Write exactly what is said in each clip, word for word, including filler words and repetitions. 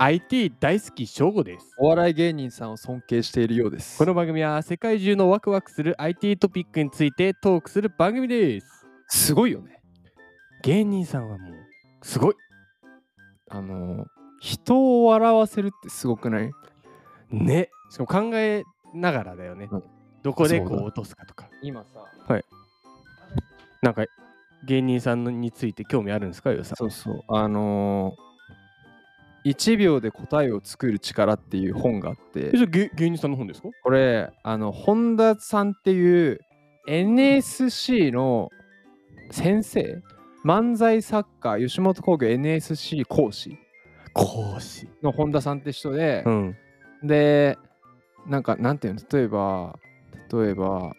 アイティー 大好き翔吾です。 お笑い芸人さんを尊敬しているようです。 この番組は世界中のワクワクする アイティー トピックについてトークする番組です。 すごいよね。 芸人さんはもうすごい。 あの人を笑わせるってすごくない？ ね。しかも考えながらだよね。うん、どこでこう落とすかとか。 今さ、 はい。なんか芸人さんについて興味あるんですか、よさん。 そうそう。あのー、いちびょうで答えを作る力っていう本があって。 え、それ芸人さんの本ですか？ これ、あの、本田さんっていう エヌエスシー の先生、漫才作家、吉本興業 エヌエスシー 講師。 講師の本田さんって人で、 うん、 で、なんか、なんていうの、例えば、例えば、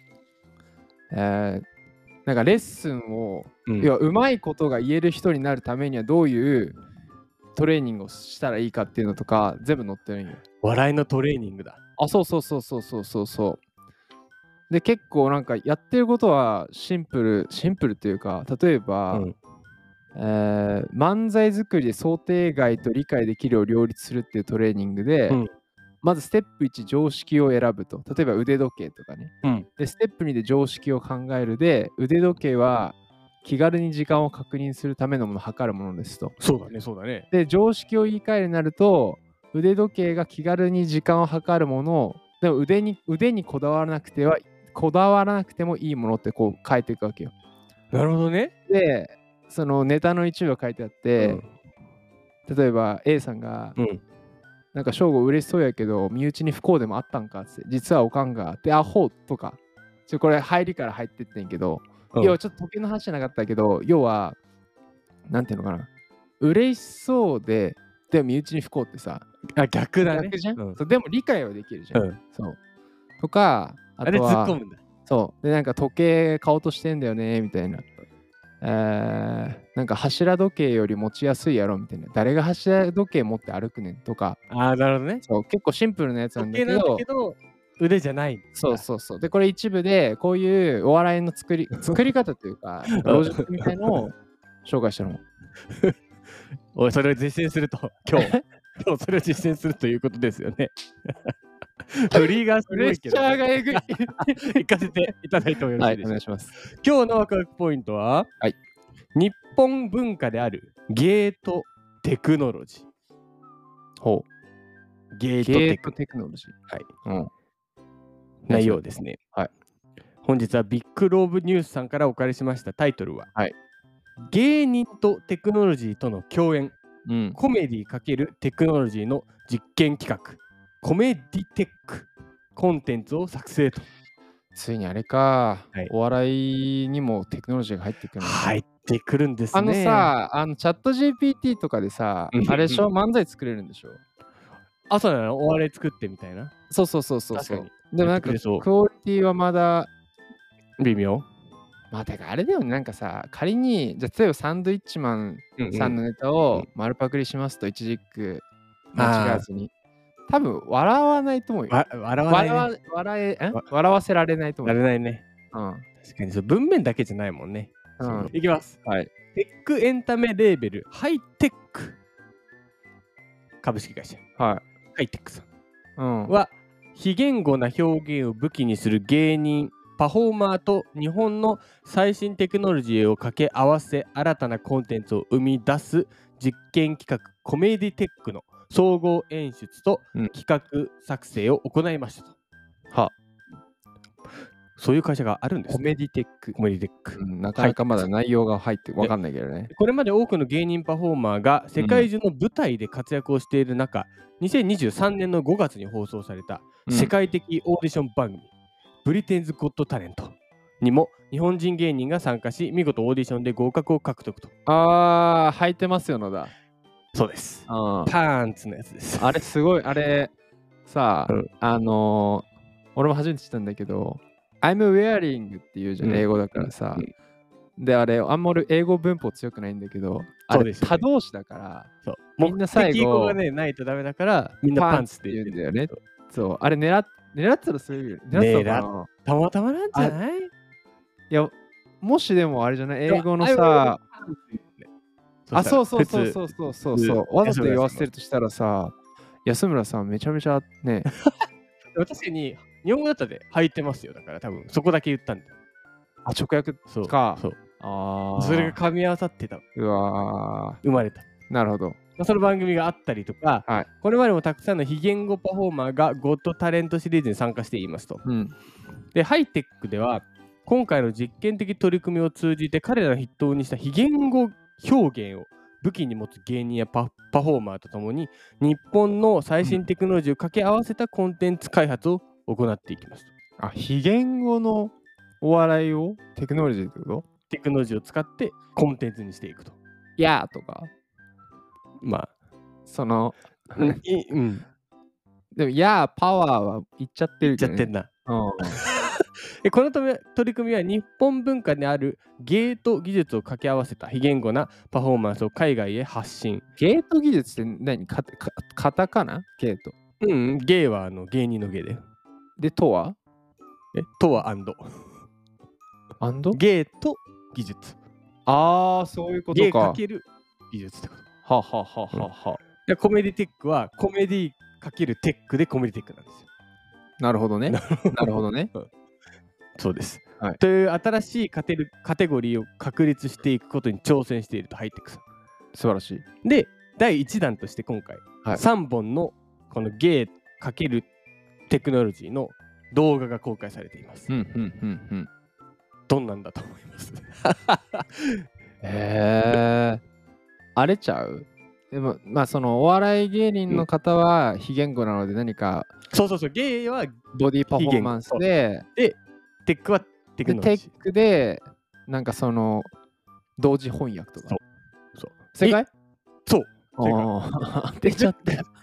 えー、なんかレッスンを、うん、要はうまいことが言える人になるためにはどういうトレーニングをしたらいいかっていうのとか全部載ってるんよ。 笑いのトレーニングだ。 あ、そうそうそうそうそうそうそう。で、結構なんかやってることはシンプル、シンプルっていうか、例えば、うん、えー、漫才作りで想定外と理解できるを両立するっていうトレーニングで、うん、まずステップいち、常識を選ぶと。例えば腕時計とかね。うん、で、ステップにで常識を考えるで、腕時計は気軽に時間を確認するためのもの、測るものですと。 そうだね、そうだね。 で、常識を言い換えるようになると、腕時計が気軽に時間を測るものを、でも腕に、腕にこだわらなくては、こだわらなくてもいいものってこう変えていくわけよ。 なるほどね。 で、そのネタの一部が書いてあって、うん、例えば A さんが、うん、なんか翔吾嬉しそうやけど身内に不幸でもあったんかって、実はおかんがでアホとか、ちょこれ入りから入ってってんけど、うん、要はちょっと時計の話じゃなかったけど、要はなんていうのかな、嬉しそうででも身内に不幸ってさ、 あ、逆だね。 逆じゃん、うん、そうでも理解はできるじゃん、うん、そうとか、 あとはあれ突っ込むんだ。 そうで、なんか時計買おうとしてんだよねみたいな、えー、なんか柱時計より持ちやすいやろみたいな、誰が柱時計持って歩くねんとか。 ああ、なるほどね。 そう、結構シンプルなやつなんだけど、 時計なんだけど腕じゃない。 そうそうそう。で、これ一部でこういうお笑いの作り作り方というかロジックみたいのを紹介したの。 おい、それを実践すると今日今日それを実践するということですよね。振りがすごいけど、 ね、プレッシャーがえぐい行かせていただいてもよろしいですか？ はい、お願いします。 今日のワクワクポイントは、はい、日本文化であるゲートテクノロジー。 ほう。 ゲートテク、テクノロジー。はい。うん。内容ですね。はい。本日はビッグローブニュースさんからお借りしましたタイトルは、はい、芸人とテクノロジーとの共演、うん、コメディ×テクノロジーの実験企画、コメディテックコンテンツを作成と。 ついにあれか、はい、お笑いにもテクノロジーが入ってくるのか。 入ってくるんですね。 あのさ、あのチャット ジーピーティー とかでさ、あれでしょ、漫才作れるんでしょ。 あ、そうなの、お笑い作ってみたいな。 そうそうそうそうそう。でもなんかクオリティはまだ微妙。 まあてかあれだよね、なんかさ、仮にじゃあ例えばサンドイッチマンさんのネタを丸パクリしますと、一軸間違わずに、多分笑わないと思うよ。 笑わない、ね、笑, 笑えん笑わせられないと思う。 笑えないね。うん。確かにそう、文面だけじゃないもんね。うん。いきます。はい。テックエンタメレーベルハイテック株式会社。はい。ハイテックさん、うん、は非言語な表現を武器にする芸人パフォーマーと日本の最新テクノロジーを掛け合わせ新たなコンテンツを生み出す実験企画コメディテックの総合演出と企画作成を行いましたと。うん、はそういう会社があるんです、ね、 コメディテック。 コメディテック、 うん、なかなかまだ内容が入って分かんないけどね。 これまで多くの芸人パフォーマーが世界中の舞台で活躍をしている中、うん、にせんにじゅうさんねんのごがつに放送された世界的オーディション番組、うん、ブリテンズ・ゴット・タレントにも日本人芸人が参加し、見事オーディションで合格を獲得と。 あー、履いてますよのだ。 そうです。パンツのやつです。 あれすごい、あれさあ、うん、あのー、俺も初めて知ったんだけど、I'm wearing っていうじゃん、英語だからさ。うんうん、で、あれ、あんまり英語文法強くないんだけど、あれ、他動詞だから、 そうみんな最後、語がね、ないとダメだから、みんなパンツって言うんだよね。 そう、あれ狙っ、狙ってたらそういう。 狙ったかな。たまたまなんじゃない？いや、もしでもあれじゃない、英語のさ、 あ、そうそうそうそうそうそうそう。わざと言わせるとしたらさ、安村さんめちゃめちゃね。 確かに日本語だったで履いてますよ。だから多分そこだけ言ったんだ。 あ、直訳そうか。 そう。 ああ。 それが噛み合わさってた。 うわ生まれた。 なるほど。 その番組があったりとか、はい、これまでもたくさんの非言語パフォーマーがゴッドタレントシリーズに参加していますと。 うん、 で、ハイテックでは今回の実験的取り組みを通じて彼らの筆頭にした非言語表現を武器に持つ芸人や パ, パフォーマーとともに日本の最新テクノロジーを掛け合わせたコンテンツ開発を行っていきます。 あ、非言語のお笑いをテクノロジーってこと？ テクノロジーを使ってコンテンツにしていくと。 いやーとか。 まあ、 その、 うん、うん。 でも、いやー、パワーは言っちゃってるけど、ね。言っちゃってんな。 うん、 この取り組みは日本文化であるゲート技術を掛け合わせた非言語なパフォーマンスを海外へ発信。 ゲート技術って何？カカタカナ？ゲート。 うん、ゲーはあの芸人のゲーで。 で、とは？ え、とはアンド。 アンド？ ゲート技術。 ああ、そういうことか。 ゲーかける技術ってこと。 ははははは。 でコメディテックはコメディかけるテックでコメディテックなんですよ。 なるほどね。なるほどね。 そうです、 はい。 という新しいカテカテゴリーを確立していくことに挑戦しているとハイテクさん。 素晴らしい。 で、だいいちだんとして今回、 はい、 さんぼんのこのゲーかけるテクノロジーの動画が公開されています。 うんうんうんうん。 どんなんだと思います。 へえ。荒れちゃう？でもまあそのお笑い芸人の方は非言語なので何か、 うん、そうそうそう、ゲーはボディパフォーマンスで、 でテックはテクノロジー。 テックでなんかその同時翻訳とか。 そうそう。 正解？ そう。 当てちゃった。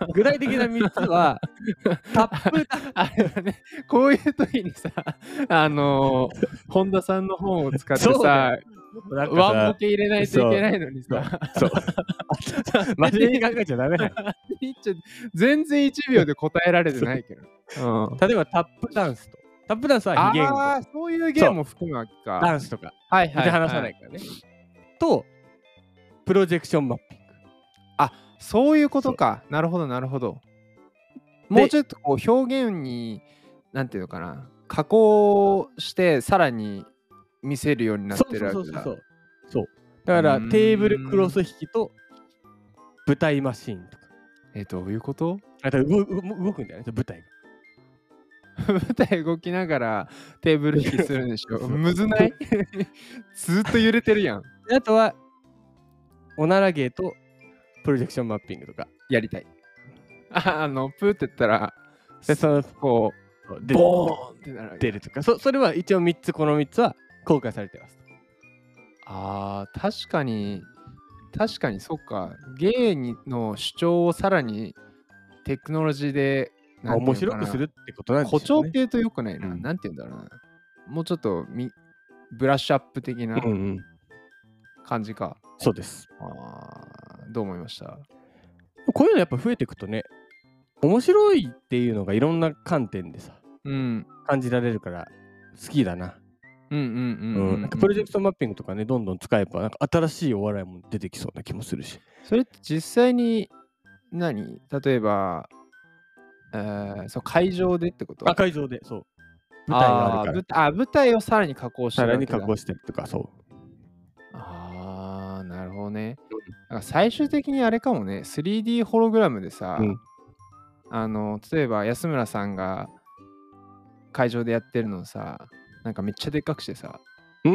具体的なみっつはタップあれはね、こういう時にさ、あのー、本田さんの本を使ってさ、ワンボケ入れないといけないのにさ、 そう真面目に考えちゃダメだよ。 全然いちびょうで答えられてないけど、 うん、例えばタップダンスとタップダンスは非言語。 ああ、そういうゲームも含むわけか。 ダンスとかはいはい、はい、 話さないからね。とプロジェクションマッピング。 あ、そういうことか。なるほどなるほど。もうちょっとこう表現になんていうのかな、加工してさらに見せるようになってるわけだ。 そうそうそうそう。だからテーブルクロス引きと舞台マシーンとか。 え、どういうこと？ あと動くんじゃない？舞台が。 舞台動きながらテーブル引きするんでしょ。むずない？ずっと揺れてるやん。 あとはおなら芸とプロジェクションマッピングとかやりたい。あ, あのプーって言ったらでそのこうボーンってなる出るとか、 そ, それは一応みっつ、このみっつは公開されてます。 あー、確かに確かにそっか。ゲイの主張をさらにテクノロジーで面白くするってことなんですよね。 誇張系とよくないな、うん、なんて言うんだろうな、もうちょっとみブラッシュアップ的な感じか、うんうん、 そうです。 あ、どう思いました？ こういうのやっぱ増えていくとね、面白いっていうのがいろんな観点でさ、 うん、 感じられるから好きだな。 うんうんうんうん。 なんかプロジェクトマッピングとかね、どんどん使えばなんか新しいお笑いも出てきそうな気もするし。 それって実際に何？例えば、えー、そう会場でってこと？ あ、会場で、そう。舞台があるから。 あ、舞台をさらに加工してる。 さらに加工してるとか、そう。 ああ、なるほどね。なんか最終的にあれかもね、スリーディー ホログラムでさ、うん、あの例えば安村さんが会場でやってるのをさ、なんかめっちゃでっかくしてさ、 うん、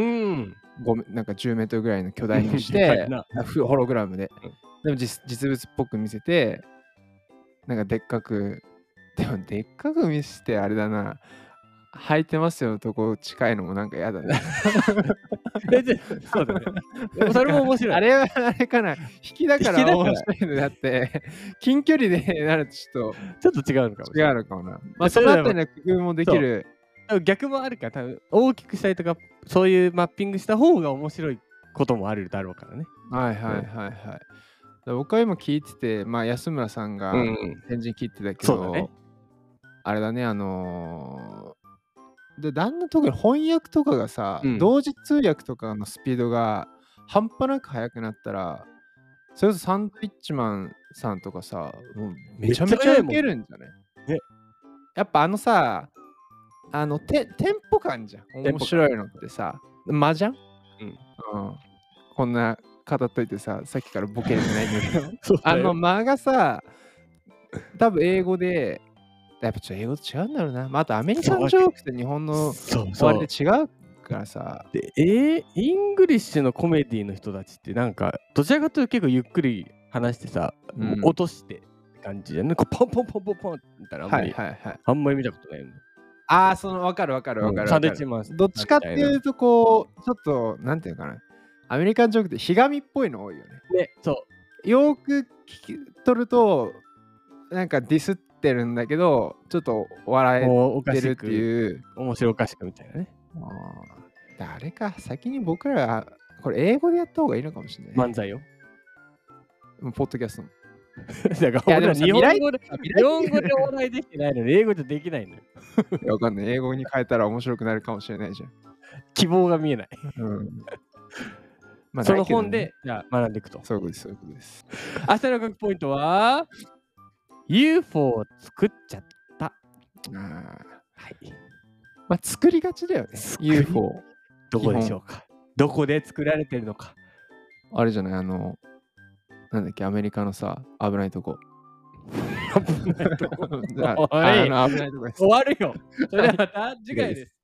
なんかじゅうメートルぐらいの巨大にしてホログラムで、うん、でも 実, 実物っぽく見せて、なんかでっかく、でもでっかく見せてあれだな、履いてますよのとこ近いのもなんか嫌だね。 そうだね。でもそれも面白い。 あれはあれかな、引きだから面白いのであって、近距離でなるとちょっとちょっと違うのかもしれない。 違うのかもな。まあそのあたりの工夫もできる。 逆もあるから、多分大きくしたりとか、そういうマッピングした方が面白いこともあるだろうからね。 はいはいはいはい。うん、僕は今聞いてて、まあ安村さんが返事聞いてたけど、うんうん、ね、あれだね、あのーで、だんだん特に翻訳とかがさ、うん、同時通訳とかのスピードが半端なく速くなったら、 それこそサンドイッチマンさんとかさ、もうめちゃめちゃウケるんじゃない？ ね。 やっぱあのさ、あのテテンポ感じゃん。面白いのってさ、間じゃん？うん。うん。こんな語っといてさ、さっきからボケれてないんだけど、あの間がさ、多分英語で、やっぱちょっと英語と違うんだろうな。まあ、あとアメリカンジョークって日本の終わりで違うからさ。 で、えー、イングリッシュのコメディの人たちってなんか、どちらかというと結構ゆっくり話してさ、うん、落として感じでね、こうポンポンポンポンポンみたいな、あんまり、はいはいはい、あんまり見たことないよね。 ああ、その分かる分かる分かる。サンドイッチマン。どっちかっていうと、こう、ちょっと、なんていうかな。アメリカンジョークってひがみっぽいの多いよね。 ね、そう。 よく聞き取ると、なんかディスってるんだけど、ちょっと笑えてるっていう。 面白おかしくみたいなね。 あれか、先に僕ら、これ英語でやった方がいいのかもしれない。 漫才よ。 ポッドキャストも。 だから俺ら日本語で、日本語でお笑いできてないのに英語でできないのよ。 わかんない。英語に変えたら面白くなるかもしれないじゃん。 希望が見えない。 うんまあ、その本でじゃあ学んでいくと。 そういうことです。そういうことです。 明日の学ポイントは ユーフォー を作っちゃった。あはい。まあ作りがちだよね。ユーフォー。 どこでしょうか。どこで作られてるのか。 あれじゃない、あの、なんだっけ、アメリカのさ、危ないとこ。 危ないとこ。危ないとこです。終わるよ。それではまた次回です。